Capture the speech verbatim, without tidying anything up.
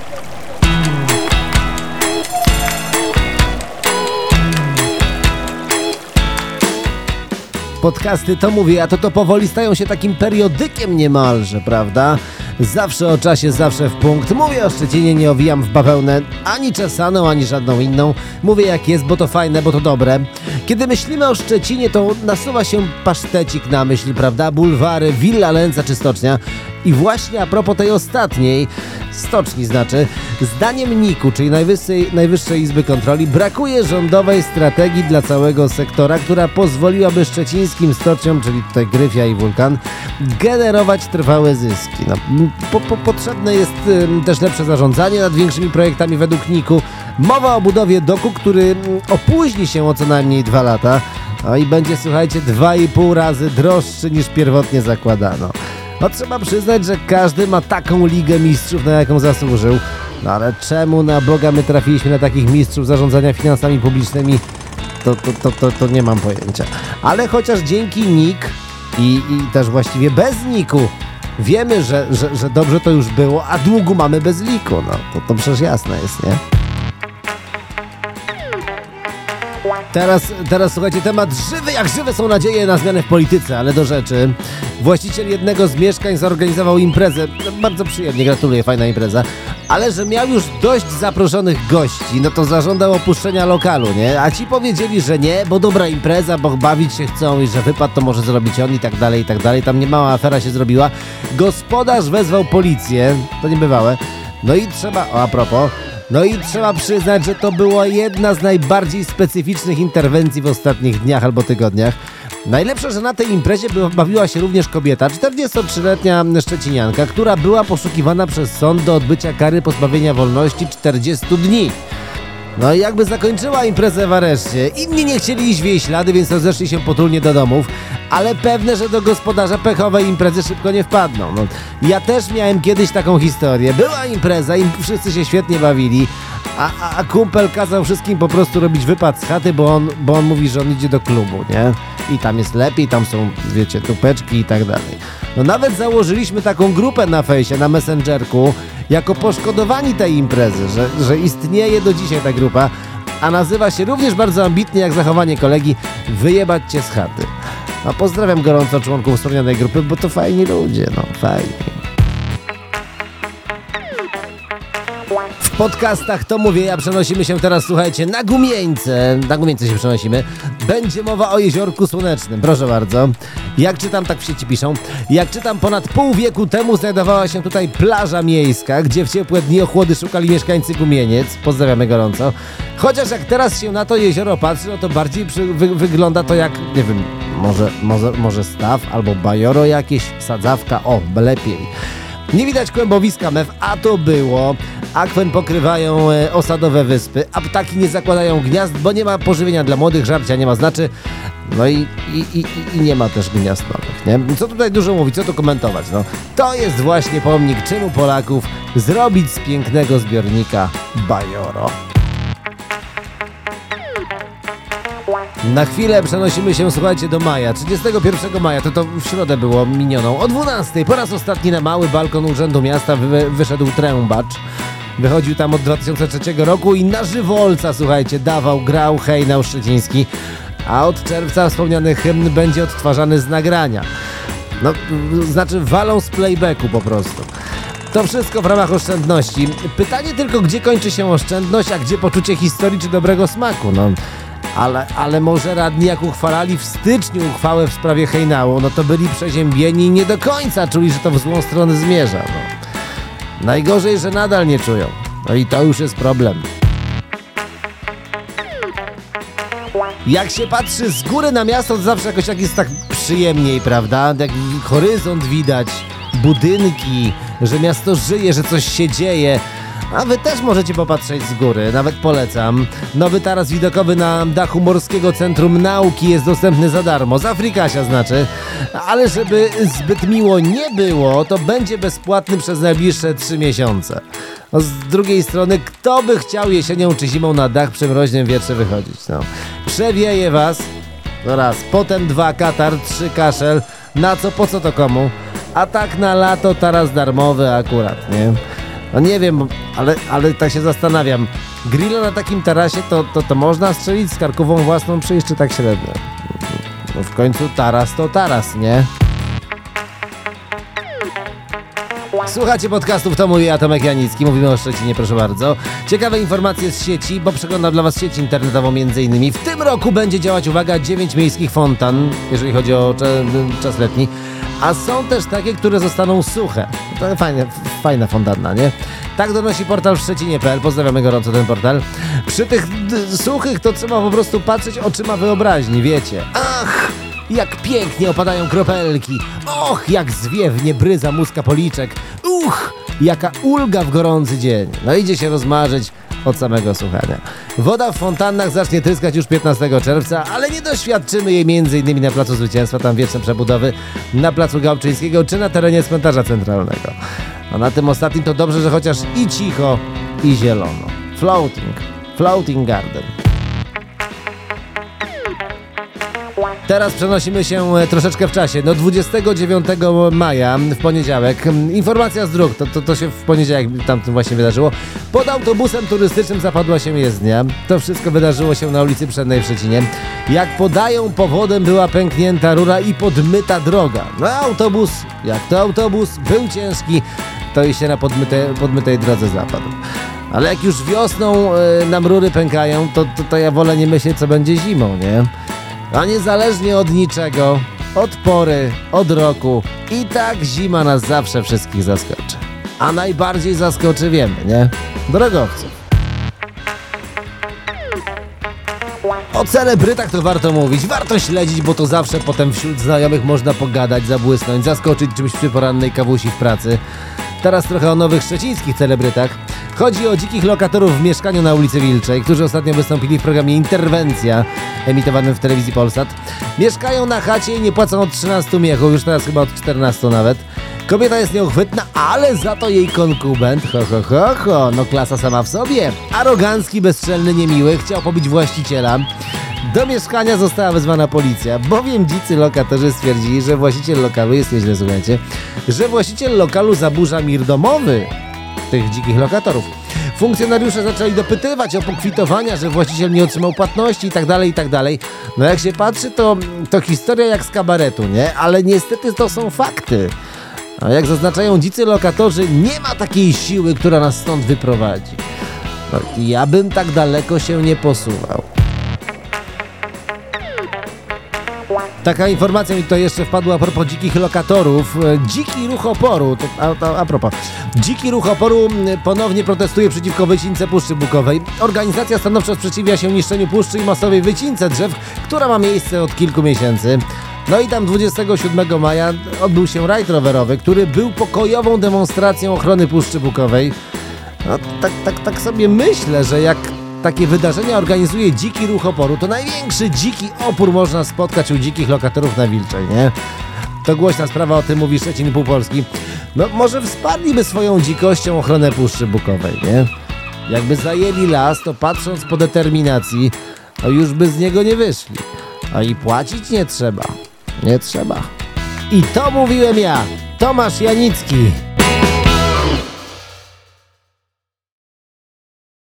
Podcasty, to mówię, a to to powoli stają się takim periodykiem niemalże, prawda? Zawsze o czasie, zawsze w punkt. Mówię o Szczecinie, nie owijam w bawełnę ani czesaną, ani żadną inną. Mówię jak jest, bo to fajne, bo to dobre. Kiedy myślimy o Szczecinie, to nasuwa się pasztecik na myśl, prawda? Bulwary, Villa Lęca czy stocznia. I właśnie a propos tej ostatniej, stoczni znaczy, zdaniem niku, czyli Najwyższej, Najwyższej Izby Kontroli, brakuje rządowej strategii dla całego sektora, która pozwoliłaby szczecińskim stoczniom, czyli tutaj Gryfia i Wulkan, generować trwałe zyski. No, po, po, potrzebne jest y, też lepsze zarządzanie nad większymi projektami według niku. Mowa o budowie doku, który y, opóźni się o co najmniej dwa lata, no i będzie, słuchajcie, dwa i pół razy droższy niż pierwotnie zakładano. No trzeba przyznać, że każdy ma taką ligę mistrzów, na jaką zasłużył. No ale czemu na Boga my trafiliśmy na takich mistrzów zarządzania finansami publicznymi? To, to, to, to, to nie mam pojęcia. Ale chociaż dzięki nik i, i też właściwie bez niku wiemy, że, że, że dobrze to już było, a długu mamy bez liku. No to, to przecież jasne jest, nie? Teraz, teraz słuchajcie, temat żywy jak żywe są nadzieje na zmianę w polityce, ale do rzeczy. Właściciel jednego z mieszkań zorganizował imprezę, bardzo przyjemnie, gratuluję, fajna impreza, ale że miał już dość zaproszonych gości, no to zażądał opuszczenia lokalu, nie? A ci powiedzieli, że nie, bo dobra impreza, bo bawić się chcą i że wypad to może zrobić on i tak dalej, i tak dalej. Tam niemała afera się zrobiła. Gospodarz wezwał policję, to niebywałe, no i trzeba, o a propos, No i trzeba przyznać, że to była jedna z najbardziej specyficznych interwencji w ostatnich dniach albo tygodniach. Najlepsze, że na tej imprezie bawiła się również kobieta, czterdziestotrzyletnia szczecinianka, która była poszukiwana przez sąd do odbycia kary pozbawienia wolności czterdziestu dni. No i jakby zakończyła imprezę w areszcie. Inni nie chcieli iść w jej ślady, więc rozeszli się potulnie do domów, ale pewne, że do gospodarza pechowej imprezy szybko nie wpadną. No, ja też miałem kiedyś taką historię. Była impreza i wszyscy się świetnie bawili, a, a, a kumpel kazał wszystkim po prostu robić wypad z chaty, bo on, bo on mówi, że on idzie do klubu, nie? I tam jest lepiej, tam są, wiecie, tupeczki i tak dalej. No nawet założyliśmy taką grupę na fejsie, na Messengerku, jako poszkodowani tej imprezy, że, że istnieje do dzisiaj ta grupa, a nazywa się również bardzo ambitnie jak zachowanie kolegi Wyjebać cię z chaty. No pozdrawiam gorąco członków wspomnianej grupy, bo to fajni ludzie, no fajni. W podcastach to mówię, ja przenosimy się teraz, słuchajcie, na Gumieńce. Na Gumieńce się przenosimy. Będzie mowa o Jeziorku Słonecznym, proszę bardzo. Jak czytam, tak w sieci piszą. Jak czytam, ponad pół wieku temu znajdowała się tutaj plaża miejska, gdzie w ciepłe dni ochłody szukali mieszkańcy Gumieniec. Pozdrawiamy gorąco. Chociaż jak teraz się na to jezioro patrzy, no to bardziej przy, wy, wygląda to jak, nie wiem, może, może, może staw albo bajoro jakieś, sadzawka, o, lepiej. Nie widać kłębowiska mew, a to było. Akwen pokrywają e, osadowe wyspy, a ptaki nie zakładają gniazd, bo nie ma pożywienia dla młodych, żarcia nie ma znaczy. No i, i, i, i nie ma też gniazd nowych, nie? Co tutaj dużo mówić, co tu komentować? No, to jest właśnie pomnik czynu Polaków zrobić z pięknego zbiornika bajoro. Na chwilę przenosimy się, słuchajcie, do maja. trzydziestego pierwszego maja, to to w środę było minioną. O dwunastej po raz ostatni na mały balkon Urzędu Miasta wy, wyszedł Trębacz. Wychodził tam od dwa tysiące trzeciego roku i na żywolca, słuchajcie, dawał, grał hejnał szczeciński. A od czerwca wspomniany hymn będzie odtwarzany z nagrania. No, znaczy walą z playbacku po prostu. To wszystko w ramach oszczędności. Pytanie tylko, gdzie kończy się oszczędność, a gdzie poczucie historii czy dobrego smaku, no... Ale, ale może radni jak uchwalali w styczniu uchwałę w sprawie hejnału, no to byli przeziębieni i nie do końca czuli, że to w złą stronę zmierza. No. Najgorzej, że nadal nie czują. No i to już jest problem. Jak się patrzy z góry na miasto, to zawsze jakoś tak jest tak przyjemniej, prawda? Jak horyzont widać, budynki, że miasto żyje, że coś się dzieje. A wy też możecie popatrzeć z góry, nawet polecam. Nowy taras widokowy na dachu Morskiego Centrum Nauki jest dostępny za darmo, z Afrikasia znaczy. Ale żeby zbyt miło nie było, to będzie bezpłatny przez najbliższe trzy miesiące. No, z drugiej strony, kto by chciał jesienią czy zimą na dach przy mroźnym wietrze wychodzić? No. Przewieje was, no raz, potem dwa, katar, trzy, kaszel, na co, po co to komu? A tak na lato taras darmowy akurat, nie? No nie wiem, ale, ale tak się zastanawiam. Grillo na takim tarasie to, to, to można strzelić z karkową własną, czy jeszcze tak średnio? No w końcu taras to taras, nie? Słuchacie podcastów, to mówi ja, Tomek Janicki, mówimy o Szczecinie, proszę bardzo. Ciekawe informacje z sieci, bo przeglądam dla was sieć internetową między innymi. W tym roku będzie działać, uwaga, dziewięć miejskich fontan, jeżeli chodzi o czas letni. A są też takie, które zostaną suche. To fajne, fajna fontanna, nie? Tak donosi portal w Szczecinie kropka pe el. Pozdrawiamy gorąco ten portal. Przy tych d- suchych to trzeba po prostu patrzeć oczyma wyobraźni, wiecie. Ach, jak pięknie opadają kropelki. Och, jak zwiewnie bryza muska policzek. Uch, jaka ulga w gorący dzień. No idzie się rozmarzyć od samego słuchania. Woda w fontannach zacznie tryskać już piętnastego czerwca, ale nie doświadczymy jej między innymi na Placu Zwycięstwa, tam wieczne przebudowy, na Placu Gałczyńskiego czy na terenie cmentarza centralnego. A na tym ostatnim to dobrze, że chociaż i cicho, i zielono. Floating. Floating Garden. Teraz przenosimy się troszeczkę w czasie, do dwudziestego dziewiątego maja, w poniedziałek. Informacja z dróg, to, to, to się w poniedziałek tamtym właśnie wydarzyło. Pod autobusem turystycznym zapadła się jezdnia. To wszystko wydarzyło się na ulicy Przednej w Szczecinie. Jak podają, powodem była pęknięta rura i podmyta droga. No autobus, jak to autobus, był ciężki, to i się na podmyte, podmytej drodze zapadł. Ale jak już wiosną yy, nam rury pękają, to, to, to ja wolę nie myśleć, co będzie zimą, nie? A niezależnie od niczego, od pory, od roku, i tak zima nas zawsze wszystkich zaskoczy. A najbardziej zaskoczy, wiemy, nie? Drogowców. O celebrytach to warto mówić, warto śledzić, bo to zawsze potem wśród znajomych można pogadać, zabłysnąć, zaskoczyć czymś przy porannej kawusi w pracy. Teraz trochę o nowych szczecińskich celebrytach. Chodzi o dzikich lokatorów w mieszkaniu na ulicy Wilczej, którzy ostatnio wystąpili w programie Interwencja, emitowanym w telewizji Polsat. Mieszkają na chacie i nie płacą od trzynastu miechów, już teraz chyba od czternastu nawet. Kobieta jest nieuchwytna, ale za to jej konkubent, ho ho ho ho, no klasa sama w sobie. Arogancki, bezczelny, niemiły, chciał pobić właściciela. Do mieszkania została wezwana policja, bowiem dzicy lokatorzy stwierdzili, że właściciel lokalu, jest nieźle, słuchajcie, że właściciel lokalu zaburza mir domowy tych dzikich lokatorów. Funkcjonariusze zaczęli dopytywać o pokwitowania, że właściciel nie otrzymał płatności i tak dalej, i tak dalej. No jak się patrzy, to, to historia jak z kabaretu, nie? Ale niestety to są fakty. A jak zaznaczają dzicy lokatorzy, nie ma takiej siły, która nas stąd wyprowadzi. No, ja bym tak daleko się nie posuwał. Taka informacja mi tutaj jeszcze wpadła a propos dzikich lokatorów. Dziki Ruch Oporu, to, a, a, a propos, Dziki Ruch Oporu ponownie protestuje przeciwko wycince Puszczy Bukowej. Organizacja stanowczo sprzeciwia się niszczeniu puszczy i masowej wycince drzew, która ma miejsce od kilku miesięcy. No i tam dwudziestego siódmego maja odbył się rajd rowerowy, który był pokojową demonstracją ochrony Puszczy Bukowej. No tak, tak, tak sobie myślę, że jak takie wydarzenia organizuje Dziki Ruch Oporu, to największy dziki opór można spotkać u dzikich lokatorów na Wilczej, nie? To głośna sprawa, o tym mówi Szczecin Pół Polski. No może wsparliby swoją dzikością ochronę Puszczy Bukowej, nie? Jakby zajęli las, to patrząc po determinacji, to już by z niego nie wyszli. A i płacić nie trzeba. Nie trzeba. I to mówiłem ja, Tomasz Janicki.